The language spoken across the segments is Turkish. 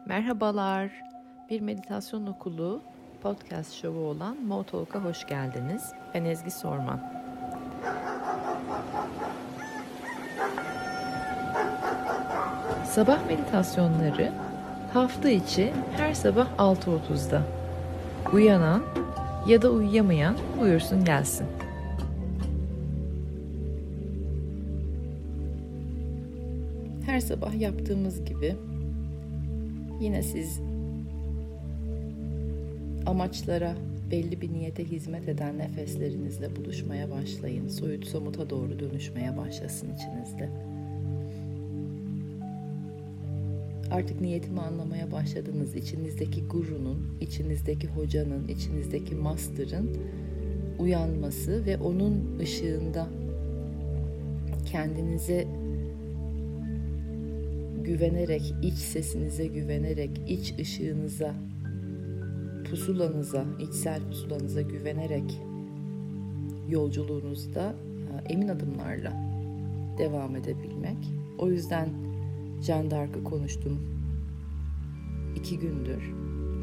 Merhabalar, bir meditasyon okulu podcast şovu olan Motalk'a hoş geldiniz. Ben Ezgi Sorman. Sabah meditasyonları hafta içi her sabah 6.30'da. Uyanan ya da uyuyamayan buyursun gelsin. Her sabah yaptığımız gibi yine siz amaçlara, belli bir niyete hizmet eden nefeslerinizle buluşmaya başlayın. Soyut somuta doğru dönüşmeye başlasın içinizde. Artık niyetimi anlamaya başladınız. İçinizdeki gurunun, içinizdeki hocanın, içinizdeki master'ın uyanması ve onun ışığında kendinize güvenerek, iç sesinize güvenerek, iç ışığınıza, pusulanıza, içsel pusulanıza güvenerek yolculuğunuzda emin adımlarla devam edebilmek. O yüzden Jeanne d'Arc'ı konuştum 2 gündür.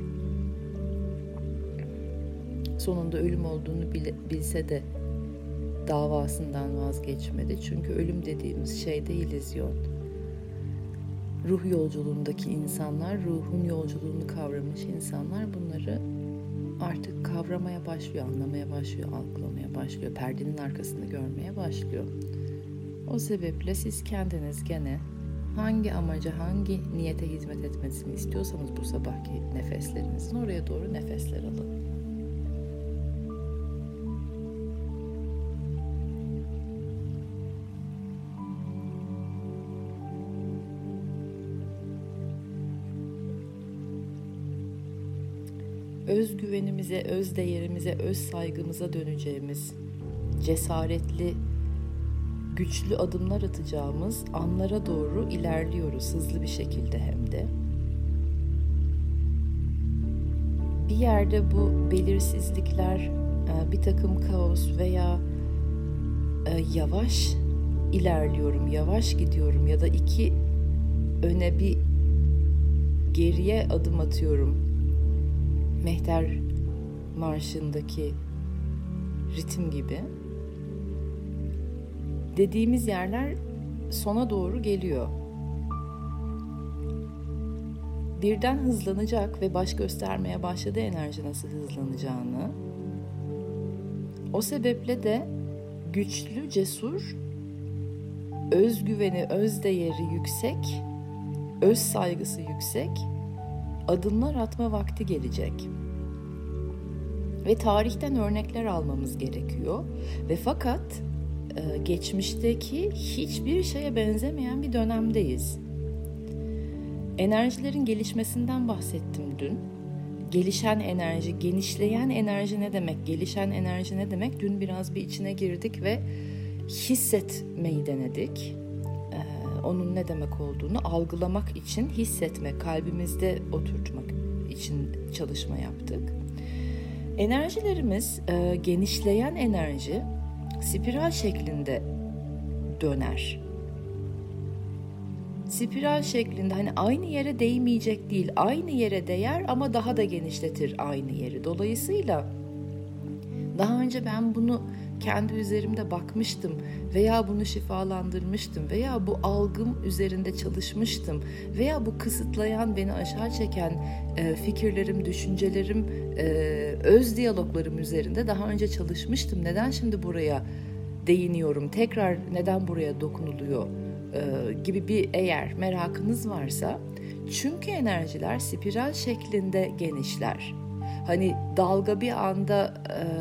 Sonunda ölüm olduğunu bilse de davasından vazgeçmedi. Çünkü ölüm dediğimiz şey değil illüzyon. Ruh yolculuğundaki insanlar, ruhun yolculuğunu kavramış insanlar bunları artık kavramaya başlıyor, anlamaya başlıyor, algılamaya başlıyor, perdenin arkasını görmeye başlıyor. O sebeple siz kendiniz gene hangi amaca, hangi niyete hizmet etmesini istiyorsanız bu sabahki nefeslerinizin oraya doğru nefesler alın. Özgüvenimize, öz değerimize, öz saygımıza döneceğimiz, cesaretli, güçlü adımlar atacağımız anlara doğru ilerliyoruz hızlı bir şekilde hem de. Bir yerde bu belirsizlikler, bir takım kaos veya yavaş ilerliyorum, yavaş gidiyorum ya da 2 öne bir geriye adım atıyorum. Mehter Marşı'ndaki ritim gibi dediğimiz yerler sona doğru geliyor. Birden hızlanacak ve baş göstermeye başladı enerji nasıl hızlanacağını. O sebeple de güçlü, cesur, özgüveni, öz değeri yüksek, öz saygısı yüksek adımlar atma vakti gelecek. Ve tarihten örnekler almamız gerekiyor. Ve fakat geçmişteki hiçbir şeye benzemeyen bir dönemdeyiz. Enerjilerin gelişmesinden bahsettim dün. Gelişen enerji, genişleyen enerji ne demek? Gelişen enerji ne demek? Dün biraz bir içine girdik ve hissetmeyi denedik. Onun ne demek olduğunu algılamak için hissetmek, kalbimizde oturtmak için çalışma yaptık. Enerjilerimiz, genişleyen enerji spiral şeklinde döner. Spiral şeklinde, hani aynı yere değmeyecek değil, aynı yere değer ama daha da genişletir aynı yeri. Dolayısıyla daha önce ben bunu kendi üzerimde bakmıştım veya bunu şifalandırmıştım veya bu algım üzerinde çalışmıştım veya bu kısıtlayan, beni aşağı çeken fikirlerim, düşüncelerim, öz diyaloglarım üzerinde daha önce çalışmıştım. Neden şimdi buraya değiniyorum, tekrar neden buraya dokunuluyor gibi bir eğer merakınız varsa, çünkü enerjiler spiral şeklinde genişler. Hani dalga bir anda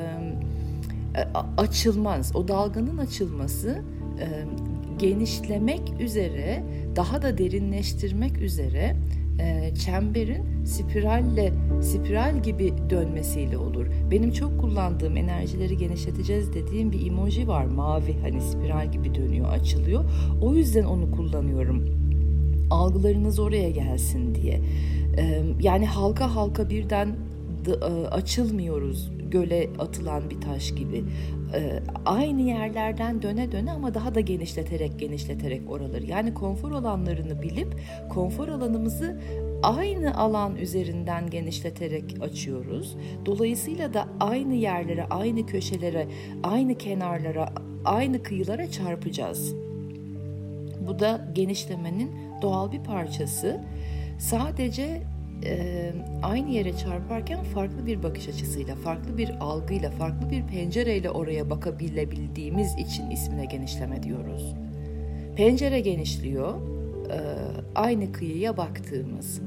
açılmaz. O dalganın açılması genişlemek üzere, daha da derinleştirmek üzere çemberin spiral gibi dönmesiyle olur. Benim çok kullandığım, enerjileri genişleteceğiz dediğim bir emoji var. Mavi, hani spiral gibi dönüyor, açılıyor. O yüzden onu kullanıyorum. Algılarınız oraya gelsin diye. Yani halka birden açılmıyoruz. göle atılan bir taş gibi. Aynı yerlerden döne döne ama daha da genişleterek oraları. Yani konfor alanlarını bilip konfor alanımızı aynı alan üzerinden genişleterek açıyoruz. Dolayısıyla da aynı yerlere, aynı köşelere, aynı kenarlara, aynı kıyılara çarpacağız. Bu da genişlemenin doğal bir parçası. Sadece aynı yere çarparken farklı bir bakış açısıyla, farklı bir algıyla, farklı bir pencereyle oraya bakabilebildiğimiz için ismine genişleme diyoruz. Pencere genişliyor, aynı kıyıya baktığımız.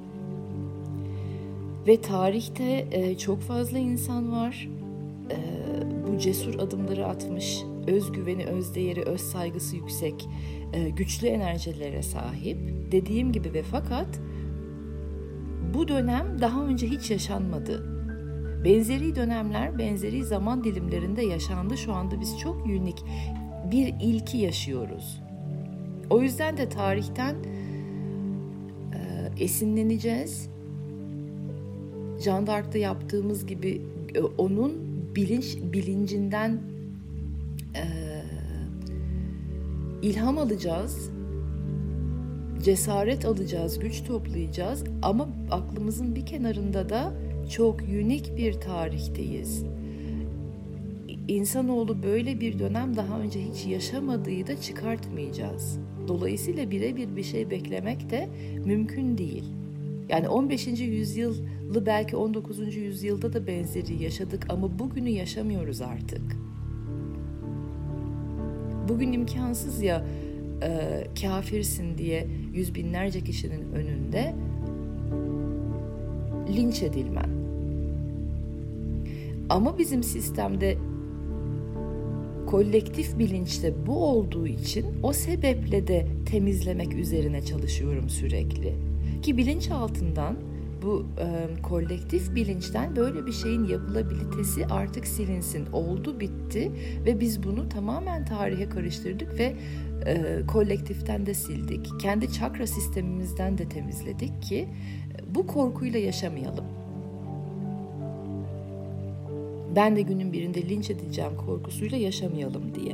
Ve tarihte çok fazla insan var. Bu cesur adımları atmış, özgüveni, özdeğeri, öz saygısı yüksek, güçlü enerjilere sahip. Dediğim gibi ve fakat bu dönem daha önce hiç yaşanmadı. Benzeri dönemler, benzeri zaman dilimlerinde yaşandı. Şu anda biz çok unik bir ilki yaşıyoruz. O yüzden de tarihten esinleneceğiz. Jeanne d'Arc'ta yaptığımız gibi onun bilincinden ilham alacağız, cesaret alacağız, güç toplayacağız ama aklımızın bir kenarında da çok unik bir tarihteyiz. İnsanoğlu böyle bir dönem daha önce hiç yaşamadığı da çıkartmayacağız. Dolayısıyla birebir bir şey beklemek de mümkün değil. Yani 15. yüzyılı belki 19. yüzyılda da benzeri yaşadık ama bugünü yaşamıyoruz artık. Bugün imkansız ya kafirsin diye yüz binlerce kişinin önünde linç edilmen. Ama bizim sistemde kolektif bilinçte bu olduğu için o sebeple de temizlemek üzerine çalışıyorum sürekli. Ki bilinç altından bu kolektif bilinçten böyle bir şeyin yapılabilitesi artık silinsin. Oldu, bitti ve biz bunu tamamen tarihe karıştırdık ve kolektiften de sildik. Kendi çakra sistemimizden de temizledik ki bu korkuyla yaşamayalım. Ben de günün birinde linç edeceğim korkusuyla yaşamayalım diye.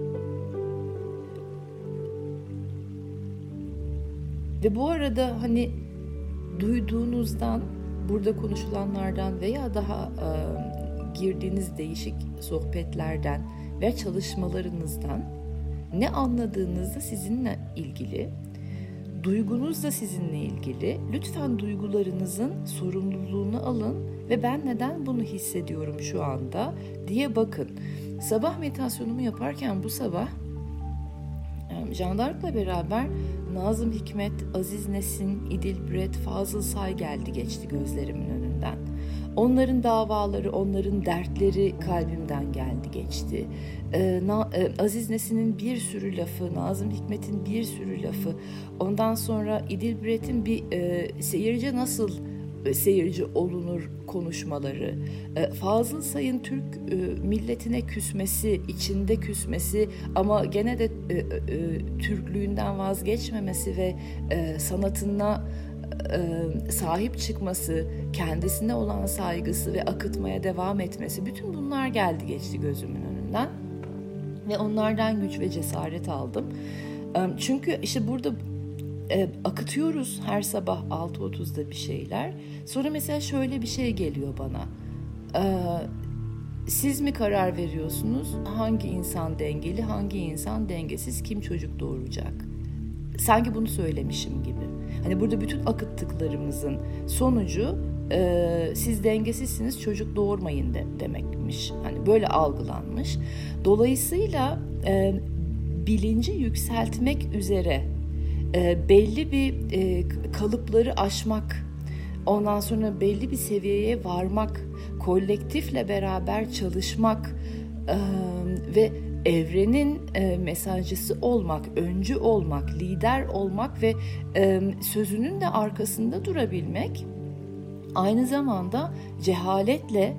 Ve bu arada hani duyduğunuzdan, burada konuşulanlardan veya daha girdiğiniz değişik sohbetlerden ve çalışmalarınızdan ne anladığınızda sizinle ilgili, duygunuz da sizinle ilgili. Lütfen duygularınızın sorumluluğunu alın ve ben neden bunu hissediyorum şu anda diye bakın. Sabah meditasyonumu yaparken bu sabah Jeanne d'Arc'la beraber Nazım Hikmet, Aziz Nesin, İdil Biret, Fazıl Say geldi geçti gözlerimin önünden. Onların davaları, onların dertleri kalbimden geldi geçti. Aziz Nesin'in bir sürü lafı, Nazım Hikmet'in bir sürü lafı, ondan sonra İdil Biret'in bir seyirci nasıl seyirci olunur konuşmaları, Fazıl Say'ın Türk milletine küsmesi, içinde küsmesi ama gene de Türklüğünden vazgeçmemesi ve sanatına sahip çıkması, kendisine olan saygısı ve akıtmaya devam etmesi, bütün bunlar geldi geçti gözümün önünden ve onlardan güç ve cesaret aldım. Çünkü işte burada akıtıyoruz her sabah 6.30'da bir şeyler. Sonra mesela şöyle bir şey geliyor bana. Siz mi karar veriyorsunuz hangi insan dengeli, hangi insan dengesiz, kim çocuk doğuracak? Sanki bunu söylemişim gibi. Hani burada bütün akıttıklarımızın sonucu siz dengesizsiniz, çocuk doğurmayın demekmiş. Hani böyle algılanmış. Dolayısıyla bilinci yükseltmek üzere belli bir kalıpları aşmak, ondan sonra belli bir seviyeye varmak, kolektifle beraber çalışmak ve evrenin mesajcısı olmak, öncü olmak, lider olmak ve sözünün de arkasında durabilmek, aynı zamanda cehaletle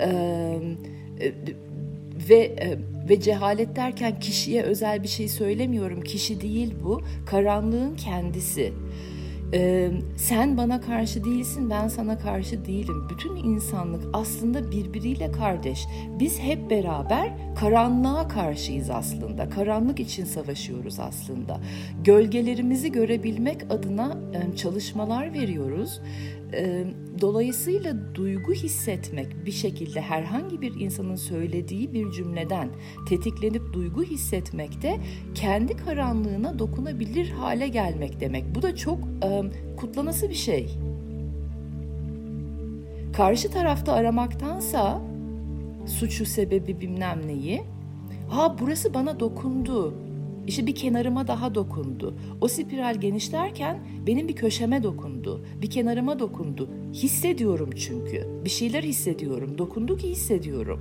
ve cehalet derken kişiye özel bir şey söylemiyorum. Kişi değil bu, karanlığın kendisi. Sen bana karşı değilsin, ben sana karşı değilim. Bütün insanlık aslında birbiriyle kardeş. Biz hep beraber karanlığa karşıyız aslında. Karanlık için savaşıyoruz aslında. Gölgelerimizi görebilmek adına çalışmalar veriyoruz. Dolayısıyla duygu hissetmek, bir şekilde herhangi bir insanın söylediği bir cümleden tetiklenip duygu hissetmek de kendi karanlığına dokunabilir hale gelmek demek. Bu da çok kutlanası bir şey. Karşı tarafta aramaktansa suçu, sebebi, bilmem neyi, burası bana dokundu, İşte bir kenarıma daha dokundu. O spiral genişlerken benim bir köşeme dokundu, bir kenarıma dokundu. Hissediyorum çünkü. Bir şeyler hissediyorum. Dokundu ki hissediyorum.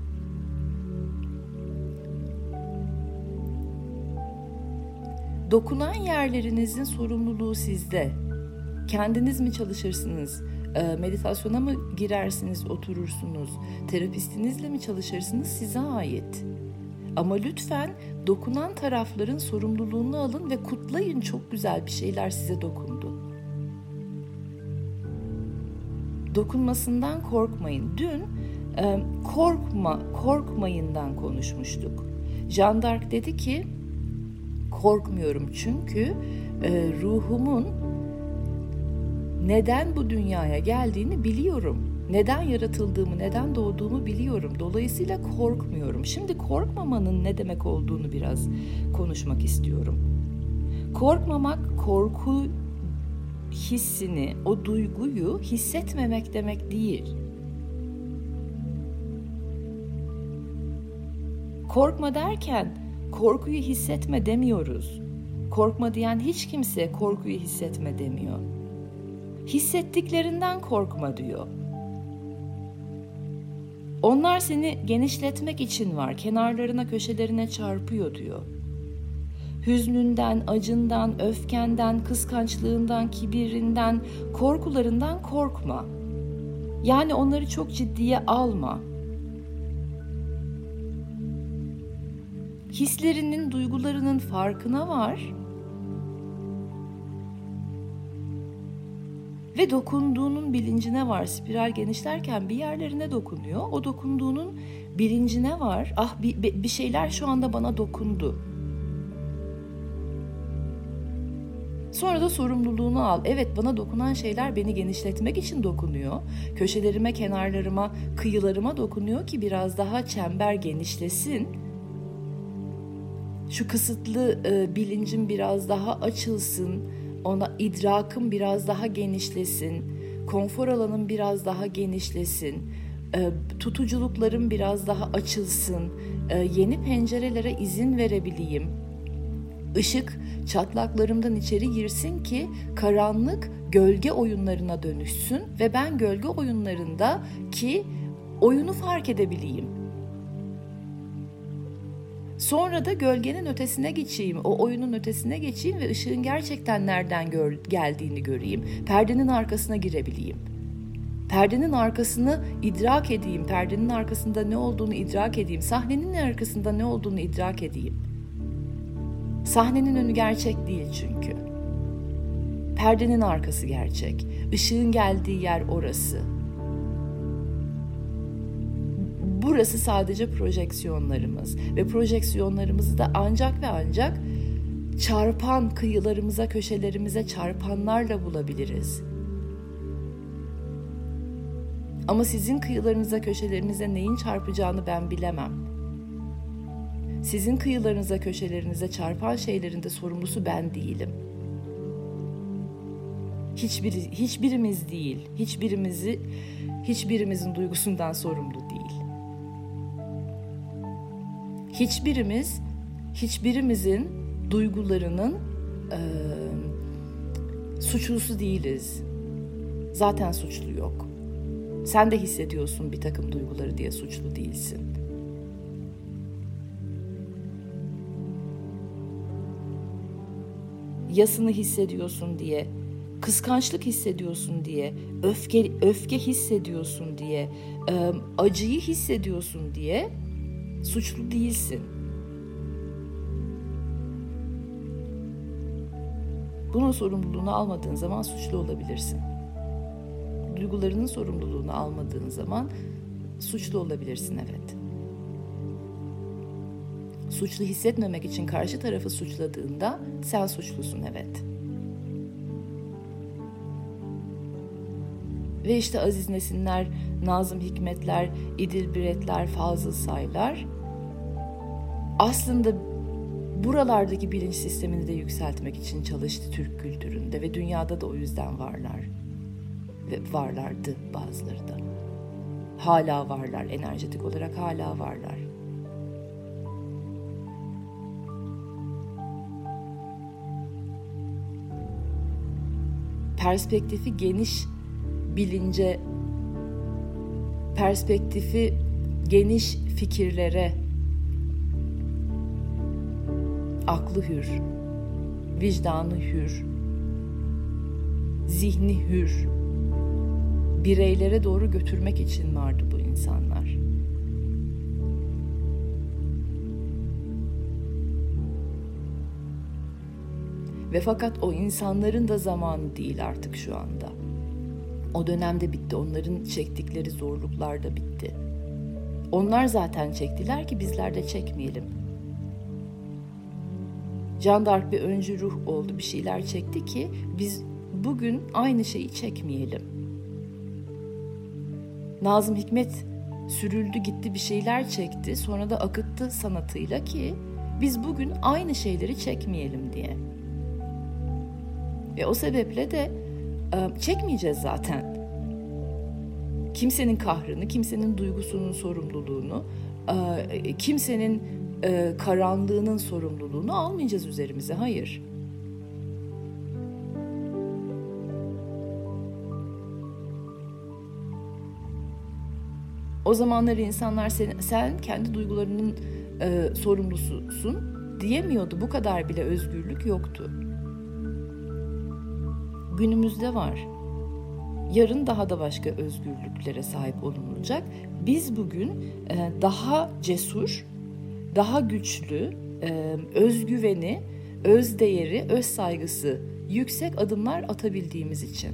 Dokunan yerlerinizin sorumluluğu sizde. Kendiniz mi çalışırsınız? Meditasyona mı girersiniz, oturursunuz? Terapistinizle mi çalışırsınız? Size ait. Ama lütfen dokunan tarafların sorumluluğunu alın ve kutlayın, çok güzel bir şeyler size dokundu. Dokunmasından korkmayın. Dün korkmayından konuşmuştuk. Jeanne d'Arc dedi ki, korkmuyorum çünkü ruhumun neden bu dünyaya geldiğini biliyorum. Neden yaratıldığımı, neden doğduğumu biliyorum. Dolayısıyla korkmuyorum. Şimdi korkmamanın ne demek olduğunu biraz konuşmak istiyorum. Korkmamak, korku hissini, o duyguyu hissetmemek demek değil. Korkma derken korkuyu hissetme demiyoruz. Korkma diyen hiç kimse korkuyu hissetme demiyor. Hissettiklerinden korkma diyor. Onlar seni genişletmek için var, kenarlarına, köşelerine çarpıyor diyor. Hüznünden, acından, öfkenden, kıskançlığından, kibirinden, korkularından korkma. Yani onları çok ciddiye alma. Hislerinin, duygularının farkına var. Ve dokunduğunun bilincine var. Spiral genişlerken bir yerlerine dokunuyor. O dokunduğunun bilincine var. Bir şeyler şu anda bana dokundu. Sonra da sorumluluğunu al. Evet, bana dokunan şeyler beni genişletmek için dokunuyor. Köşelerime, kenarlarıma, kıyılarıma dokunuyor ki biraz daha çember genişlesin. Şu kısıtlı bilincim biraz daha açılsın. Ona idrakım biraz daha genişlesin, konfor alanım biraz daha genişlesin, tutuculuklarım biraz daha açılsın, yeni pencerelere izin verebileyim. Işık çatlaklarımdan içeri girsin ki karanlık gölge oyunlarına dönüşsün ve ben gölge oyunlarında ki oyunu fark edebileyim. Sonra da gölgenin ötesine geçeyim, o oyunun ötesine geçeyim ve ışığın gerçekten nereden geldiğini göreyim. Perdenin arkasına girebileyim. Perdenin arkasını idrak edeyim, perdenin arkasında ne olduğunu idrak edeyim, sahnenin arkasında ne olduğunu idrak edeyim. Sahnenin önü gerçek değil çünkü. Perdenin arkası gerçek, ışığın geldiği yer orası. Burası sadece projeksiyonlarımız ve projeksiyonlarımızı da ancak ve ancak çarpan kıyılarımıza, köşelerimize çarpanlarla bulabiliriz. Ama sizin kıyılarınıza, köşelerinize neyin çarpacağını ben bilemem. Sizin kıyılarınıza, köşelerinize çarpan şeylerin de sorumlusu ben değilim. Hiçbirimiz değil, hiçbirimizin duygusundan sorumlu değil. Hiçbirimizin duygularının suçlusu değiliz. Zaten suçlu yok. Sen de hissediyorsun bir takım duyguları diye suçlu değilsin. Yasını hissediyorsun diye, kıskançlık hissediyorsun diye, öfke hissediyorsun diye, acıyı hissediyorsun diye suçlu değilsin. Bunun sorumluluğunu almadığın zaman suçlu olabilirsin. Duygularının sorumluluğunu almadığın zaman suçlu olabilirsin, evet. Suçlu hissetmemek için karşı tarafı suçladığında sen suçlusun, evet. Ve işte Aziz Nesinler, Nazım Hikmetler, İdil Biretler, Fazıl Saylar aslında buralardaki bilinç sistemini de yükseltmek için çalıştı Türk kültüründe ve dünyada da o yüzden varlar. Ve varlardı bazıları da. Hala varlar, enerjetik olarak hala varlar. Perspektifi geniş bilince, perspektifi geniş fikirlere, aklı hür, vicdanı hür, zihni hür bireylere doğru götürmek için vardı bu insanlar. Ve fakat o insanların da zamanı değil artık şu anda. O dönemde bitti. Onların çektikleri zorluklar da bitti. Onlar zaten çektiler ki bizler de çekmeyelim. Jeanne d'Arc bir öncü ruh oldu, bir şeyler çekti ki biz bugün aynı şeyi çekmeyelim. Nazım Hikmet sürüldü gitti, bir şeyler çekti, sonra da akıttı sanatıyla ki biz bugün aynı şeyleri çekmeyelim diye. Ve o sebeple de çekmeyeceğiz zaten. Kimsenin kahrını, kimsenin duygusunun sorumluluğunu, kimsenin karanlığının sorumluluğunu almayacağız üzerimize, hayır. O zamanlar insanlar sen kendi duygularının sorumlususun diyemiyordu. Bu kadar bile özgürlük yoktu. Günümüzde var. Yarın daha da başka özgürlüklere sahip olunacak. Biz bugün daha cesur, daha güçlü, özgüveni, özdeğeri, öz saygısı yüksek adımlar atabildiğimiz için.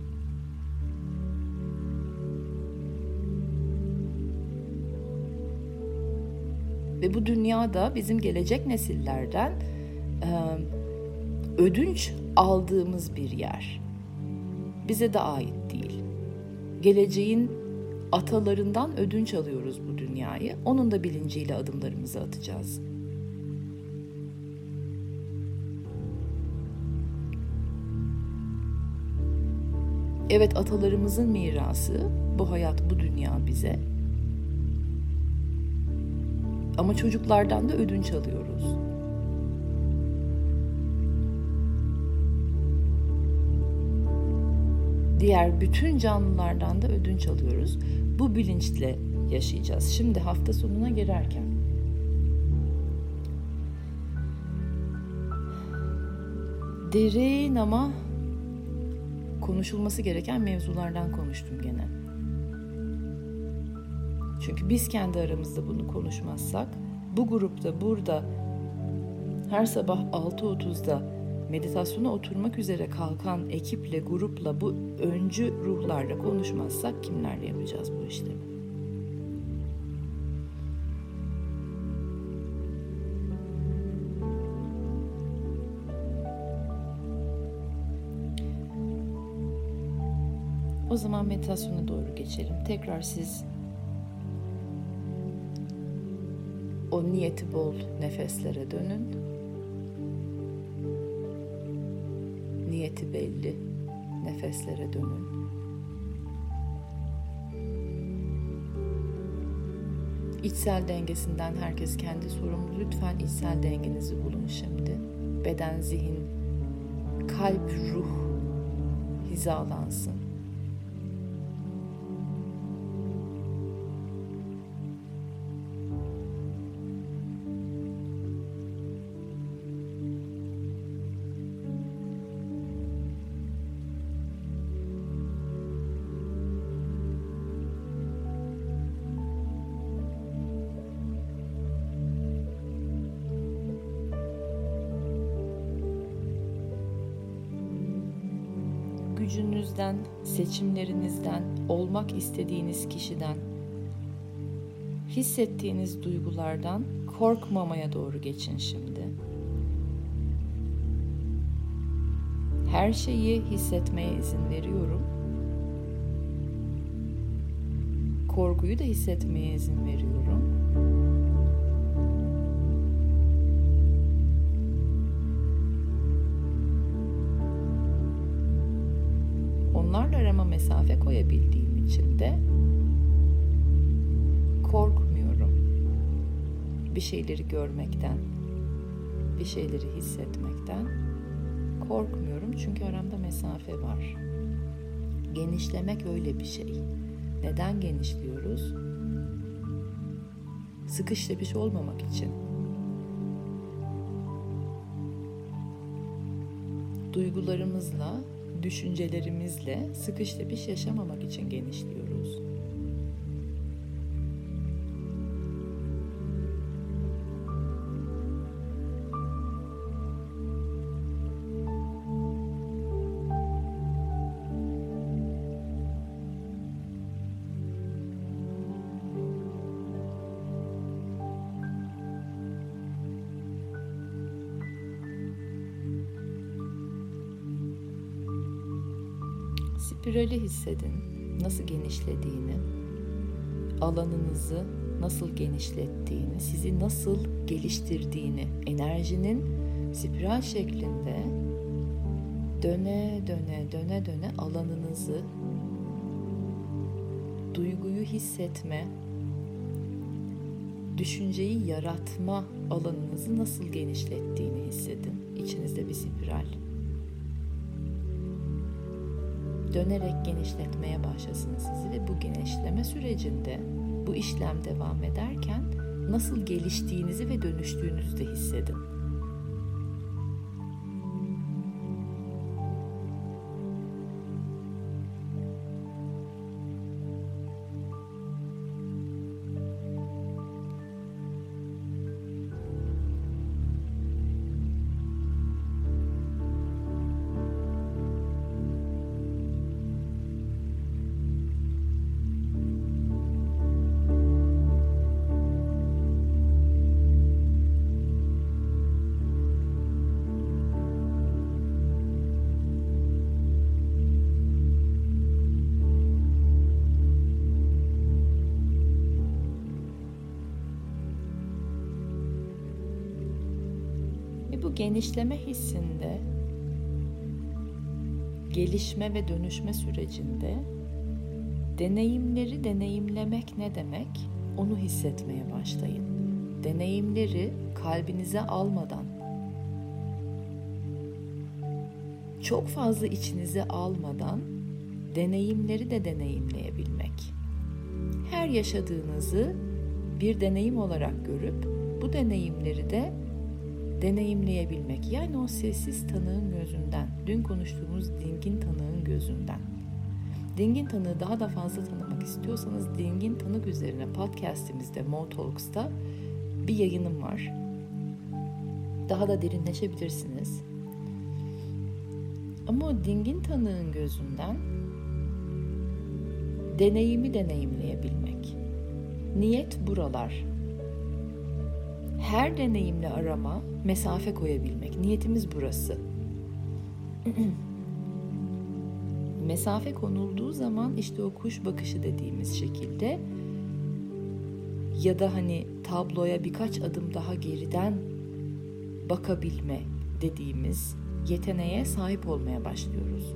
Ve bu dünyada bizim gelecek nesillerden ödünç aldığımız bir yer. Bize de ait değil. Geleceğin atalarından ödünç alıyoruz bu dünyayı. Onun da bilinciyle adımlarımızı atacağız. Evet, atalarımızın mirası, bu hayat, bu dünya bize. Ama çocuklardan da ödünç alıyoruz. Diğer bütün canlılardan da ödünç alıyoruz. Bu bilinçle yaşayacağız. Şimdi hafta sonuna girerken. Derin ama konuşulması gereken mevzulardan konuştum gene. Çünkü biz kendi aramızda bunu konuşmazsak, bu grupta burada her sabah 6.30'da meditasyona oturmak üzere kalkan ekiple, grupla, bu öncü ruhlarla konuşmazsak kimlerle yapacağız bu işlemi? O zaman meditasyona doğru geçelim. Tekrar siz o niyeti bol nefeslere dönün. Niyeti belli nefeslere dönün. İçsel dengesinden herkes kendi sorumlu. Lütfen içsel dengenizi bulun şimdi. Beden, zihin, kalp, ruh hizalansın. gücünüzden, seçimlerinizden, olmak istediğiniz kişiden, hissettiğiniz duygulardan korkmamaya doğru geçin şimdi. Her şeyi hissetmeye izin veriyorum. Korkuyu da hissetmeye izin veriyorum. Onlarla arama mesafe koyabildiğim için de korkmuyorum. Bir şeyleri görmekten, bir şeyleri hissetmekten korkmuyorum çünkü aramda mesafe var. Genişlemek öyle bir şey. Neden genişliyoruz? Sıkış tepiş olmamak için. Duygularımızla, düşüncelerimizle sıkış tepiş yaşamamak için genişliyoruz. Spirali hissedin, nasıl genişlediğini, alanınızı nasıl genişlettiğini, sizi nasıl geliştirdiğini, enerjinin spiral şeklinde döne döne alanınızı, duyguyu hissetme, düşünceyi yaratma alanınızı nasıl genişlettiğini hissedin. İçinizde bir spiral. Dönerek genişletmeye başlasın sizi ve bu genişleme sürecinde, bu işlem devam ederken nasıl geliştiğinizi ve dönüştüğünüzü de hissedin. Bu genişleme hissinde, gelişme ve dönüşme sürecinde deneyimleri deneyimlemek ne demek? Onu hissetmeye başlayın. Deneyimleri kalbinize almadan, çok fazla içinize almadan deneyimleri de deneyimleyebilmek. Her yaşadığınızı bir deneyim olarak görüp bu deneyimleri de deneyimleyebilmek. Yani o sessiz tanığın gözünden, dün konuştuğumuz dingin tanığın gözünden. Dingin tanığı daha da fazla tanımak istiyorsanız dingin tanık üzerine podcastimizde, Mo Talks'ta bir yayınım var. Daha da derinleşebilirsiniz. Ama o dingin tanığın gözünden deneyimi deneyimleyebilmek. Niyet buralar. Her deneyimle arama, mesafe koyabilmek. Niyetimiz burası. Mesafe konulduğu zaman işte o kuş bakışı dediğimiz şekilde ya da hani tabloya birkaç adım daha geriden bakabilme dediğimiz yeteneğe sahip olmaya başlıyoruz.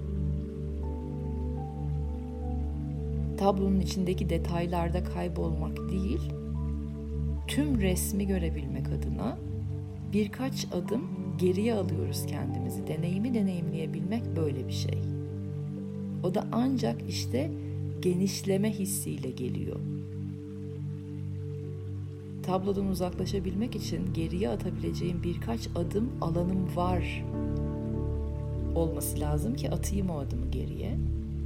Tablonun içindeki detaylarda kaybolmak değil, tüm resmi görebilmek adına birkaç adım geriye alıyoruz kendimizi. Deneyimi deneyimleyebilmek böyle bir şey. O da ancak işte genişleme hissiyle geliyor. Tablodan uzaklaşabilmek için geriye atabileceğim birkaç adım alanım var olması lazım ki atayım o adımı geriye.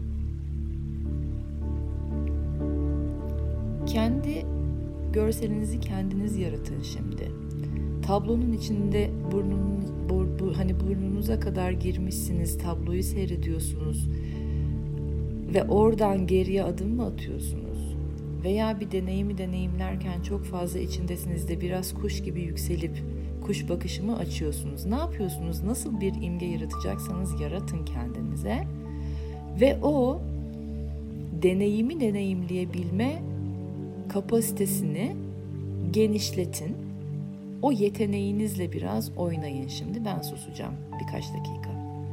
Kendi görselinizi kendiniz yaratın şimdi. Tablonun içinde hani burnunuza kadar girmişsiniz, tabloyu seyrediyorsunuz ve oradan geriye adım mı atıyorsunuz? Veya bir deneyimi deneyimlerken çok fazla içindesiniz de biraz kuş gibi yükselip kuş bakışı mı açıyorsunuz? Ne yapıyorsunuz? Nasıl bir imge yaratacaksanız yaratın kendinize ve o deneyimi deneyimleyebilme kapasitesini genişletin. O yeteneğinizle biraz oynayın şimdi. Ben susacağım birkaç dakika.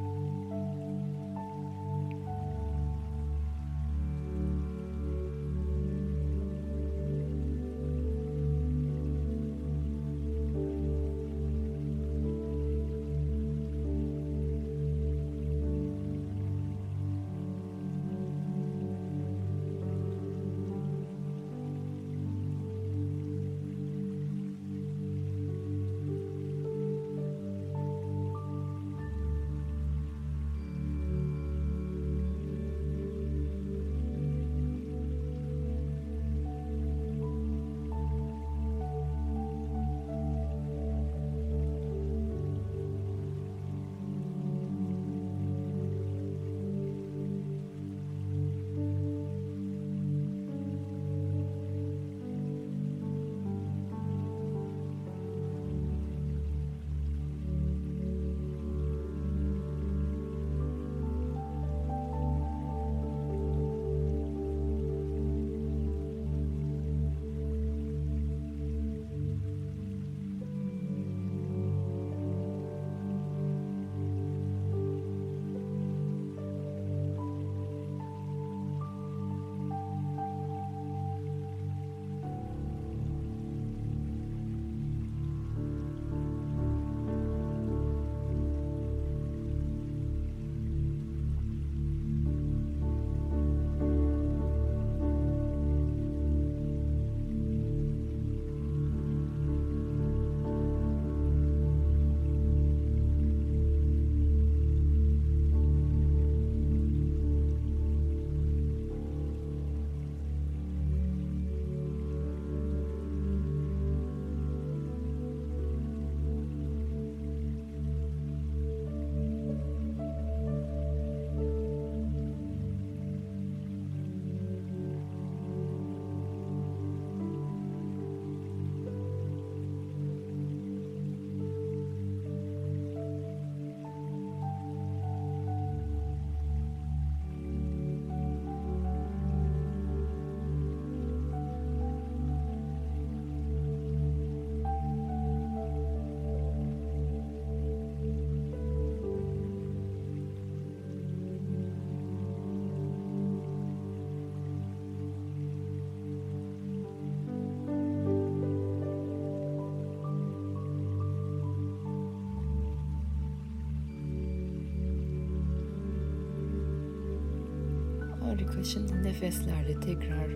Harika. Şimdi nefeslerle tekrar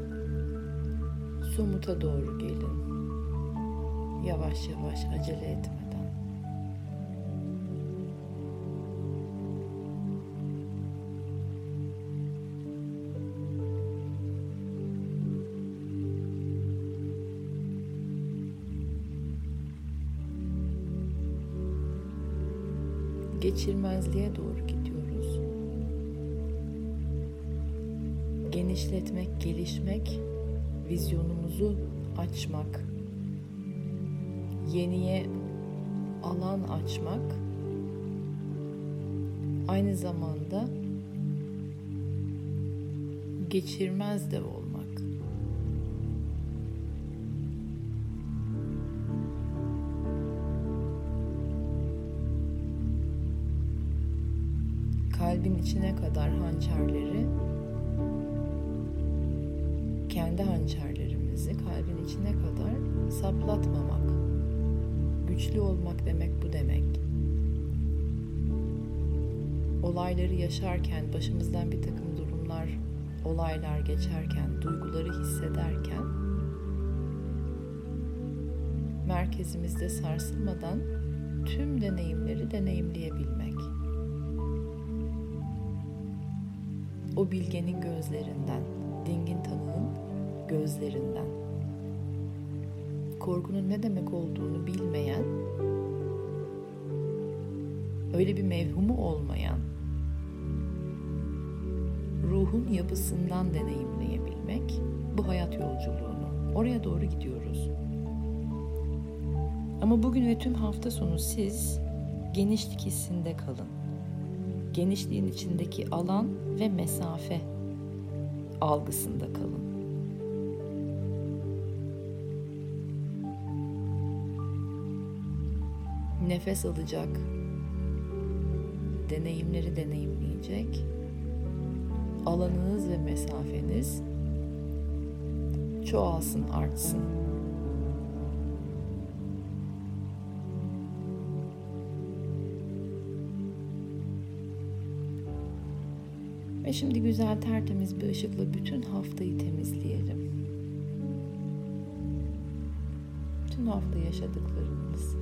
somuta doğru gelin. Yavaş yavaş, acele etmeden. Geçirmezliğe doğru gidiyoruz. Genişletmek, gelişmek, vizyonumuzu açmak, yeniye alan açmak, aynı zamanda geçirmez de olmak. Kalbin içine kadar hançerleri, kendi hançerlerimizi kalbin içine kadar saplatmamak. Güçlü olmak demek bu demek. Olayları yaşarken, başımızdan bir takım durumlar, olaylar geçerken, duyguları hissederken merkezimizde sarsılmadan tüm deneyimleri deneyimleyebilmek. O bilgenin gözlerinden, dingin tanığın gözlerinden. Korkunun ne demek olduğunu bilmeyen öyle bir mevhumu olmayan ruhun yapısından deneyimleyebilmek bu hayat yolculuğunu. Oraya doğru gidiyoruz. Ama bugün ve tüm hafta sonu siz genişlik hissinde kalın. Genişliğin içindeki alan ve mesafe algısında kalın. Nefes alacak, deneyimleri deneyimleyecek, alanınız ve mesafeniz çoğalsın, artsın. Ve şimdi güzel, tertemiz bir ışıkla bütün haftayı temizleyelim. Bütün hafta yaşadıklarımız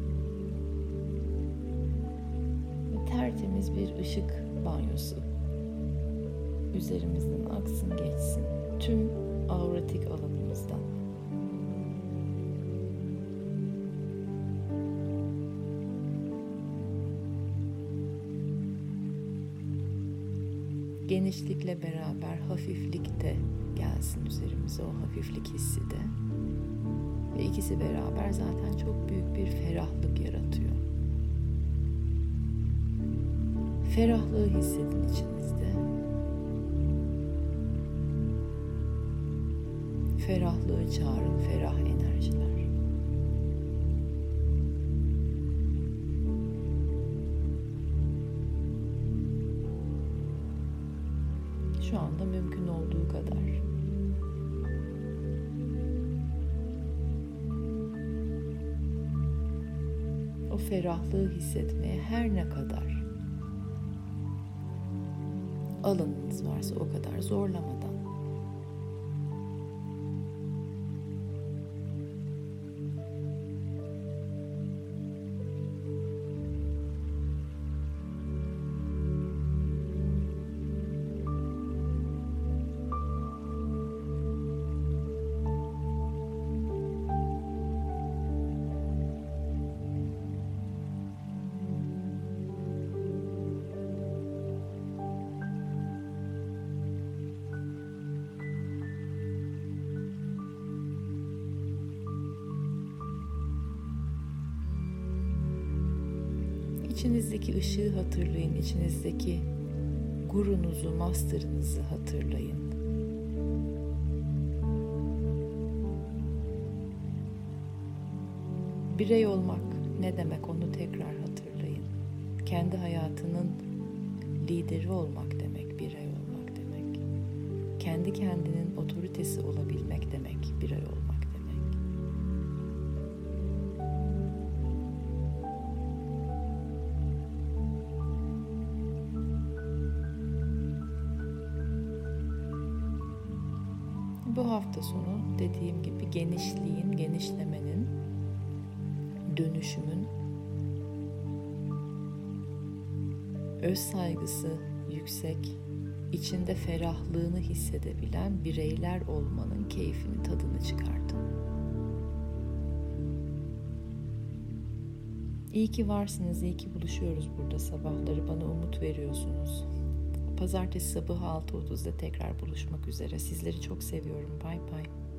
ve tertemiz bir ışık banyosu üzerimizden aksın, geçsin. Tüm auratik alanımızdan. Genişlikle beraber hafiflik de gelsin üzerimize, o hafiflik hissi de. Ve ikisi beraber zaten çok büyük bir ferahlık yaratıyor. Ferahlığı hissedin içinizde. Ferahlığı çağırın, ferah enerjiler. Şu anda mümkün olduğu kadar. O ferahlığı hissetmeye her ne kadar alanınız varsa o kadar zorlamadan. İçinizdeki ışığı hatırlayın, içinizdeki gurunuzu, master'ınızı hatırlayın. Birey olmak ne demek, onu tekrar hatırlayın. Kendi hayatının lideri olmak demek, birey olmak demek. Kendi kendinin otoritesi olabilmek demek, birey olmak demek. Bu hafta sonu dediğim gibi genişliğin, genişlemenin, dönüşümün, öz saygısı yüksek, içinde ferahlığını hissedebilen bireyler olmanın keyfini, tadını çıkartın. İyi ki varsınız, iyi ki buluşuyoruz burada sabahları, bana umut veriyorsunuz. Pazartesi sabahı 6.30'da tekrar buluşmak üzere. Sizleri çok seviyorum. Bye bye.